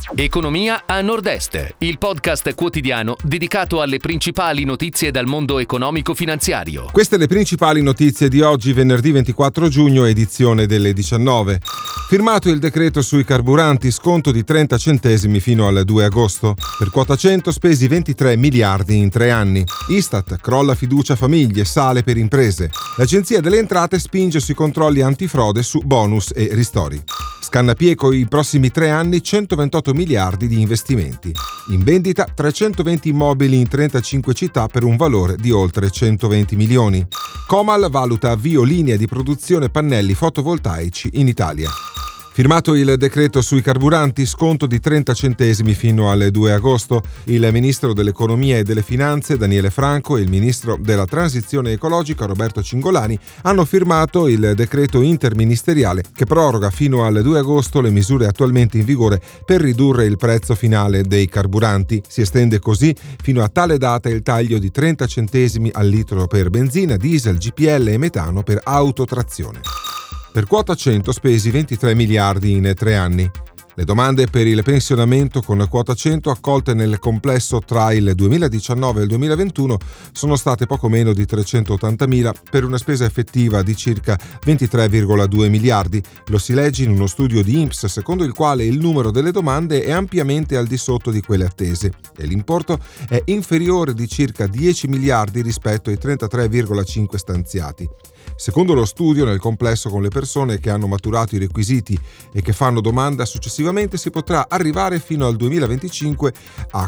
Economia a Nord-Est, il podcast quotidiano dedicato alle principali notizie dal mondo economico-finanziario. Queste le principali notizie di oggi, venerdì 24 giugno, edizione delle 19. Firmato il decreto sui carburanti, sconto di 30 centesimi fino al 2 agosto. Per quota 100 spesi 23 miliardi in 3 anni. Istat, crolla fiducia famiglie, sale per imprese. L'Agenzia delle Entrate spinge sui controlli antifrode su bonus e ristori. Scannapieco i prossimi 3 anni 128 miliardi di investimenti. In vendita 320 immobili in 35 città per un valore di oltre 120 milioni. Comal valuta avvio linea di produzione pannelli fotovoltaici in Italia. Firmato il decreto sui carburanti, sconto di 30 centesimi fino al 2 agosto. Il ministro dell'Economia e delle Finanze, Daniele Franco, e il ministro della Transizione Ecologica, Roberto Cingolani, hanno firmato il decreto interministeriale che proroga fino al 2 agosto le misure attualmente in vigore per ridurre il prezzo finale dei carburanti. Si estende così fino a tale data il taglio di 30 centesimi al litro per benzina, diesel, GPL e metano per autotrazione. Per quota 100 spesi 23 miliardi in 3 anni. Le domande per il pensionamento con quota 100 accolte nel complesso tra il 2019 e il 2021 sono state poco meno di 380.000 per una spesa effettiva di circa 23,2 miliardi. Lo si legge in uno studio di INPS secondo il quale il numero delle domande è ampiamente al di sotto di quelle attese e l'importo è inferiore di circa 10 miliardi rispetto ai 33,5 stanziati. Secondo lo studio, nel complesso con le persone che hanno maturato i requisiti e che fanno domanda successivamente si potrà arrivare fino al 2025 a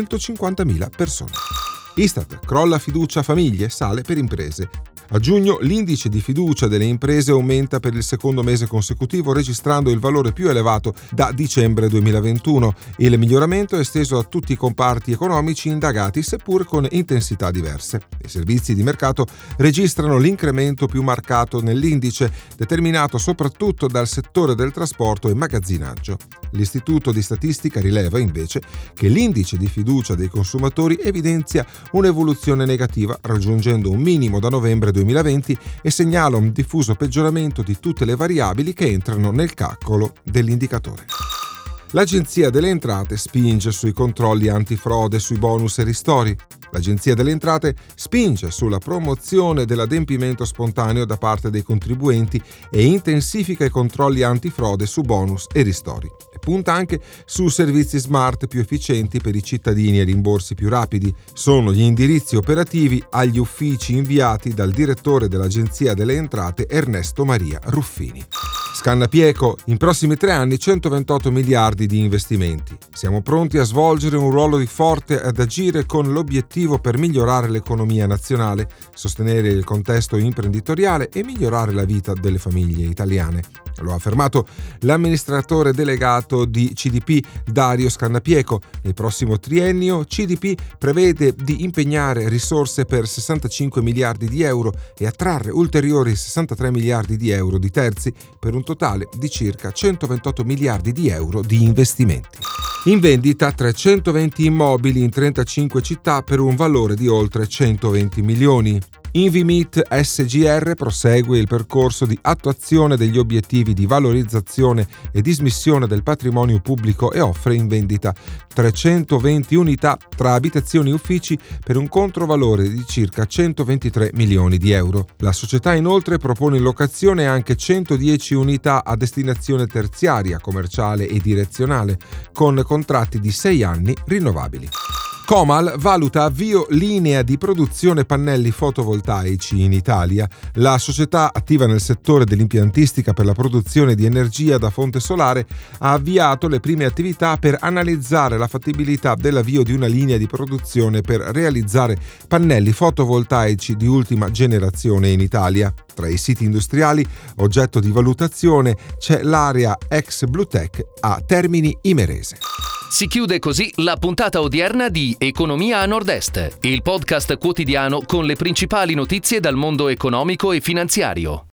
450.000 persone. Istat, crolla fiducia famiglie, sale per imprese. A giugno l'indice di fiducia delle imprese aumenta per il secondo mese consecutivo, registrando il valore più elevato da dicembre 2021. Il miglioramento è esteso a tutti i comparti economici indagati, seppur con intensità diverse. I servizi di mercato registrano l'incremento più marcato nell'indice, determinato soprattutto dal settore del trasporto e magazzinaggio. L'Istituto di Statistica rileva invece che l'indice di fiducia dei consumatori evidenzia un'evoluzione negativa, raggiungendo un minimo da novembre 2020 e segnala un diffuso peggioramento di tutte le variabili che entrano nel calcolo dell'indicatore. L'Agenzia delle Entrate spinge sui controlli antifrode sui bonus e ristori. L'Agenzia delle Entrate spinge sulla promozione dell'adempimento spontaneo da parte dei contribuenti e intensifica i controlli antifrode su bonus e ristori. E punta anche su servizi smart più efficienti per i cittadini e rimborsi più rapidi. Sono gli indirizzi operativi agli uffici inviati dal direttore dell'Agenzia delle Entrate Ernesto Maria Ruffini. Scannapieco, in prossimi 3 anni 128 miliardi di investimenti. Siamo pronti a svolgere un ruolo di forte ad agire con l'obiettivo per migliorare l'economia nazionale, sostenere il contesto imprenditoriale e migliorare la vita delle famiglie italiane. Lo ha affermato l'amministratore delegato di CDP Dario Scannapieco. Nel prossimo triennio CDP prevede di impegnare risorse per 65 miliardi di euro e attrarre ulteriori 63 miliardi di euro di terzi per un totale di circa 128 miliardi di euro di investimenti. In vendita 320 immobili in 35 città per un valore di oltre 120 milioni. Invimit SGR prosegue il percorso di attuazione degli obiettivi di valorizzazione e dismissione del patrimonio pubblico e offre in vendita 320 unità tra abitazioni e uffici per un controvalore di circa 123 milioni di euro. La società inoltre propone in locazione anche 110 unità a destinazione terziaria, commerciale e direzionale, con contratti di 6 anni rinnovabili. Comal valuta avvio linea di produzione pannelli fotovoltaici in Italia. La società, attiva nel settore dell'impiantistica per la produzione di energia da fonte solare, ha avviato le prime attività per analizzare la fattibilità dell'avvio di una linea di produzione per realizzare pannelli fotovoltaici di ultima generazione in Italia. Tra i siti industriali oggetto di valutazione c'è l'area ex Bluetech a Termini Imerese. Si chiude così la puntata odierna di Economia a Nord-Est, il podcast quotidiano con le principali notizie dal mondo economico e finanziario.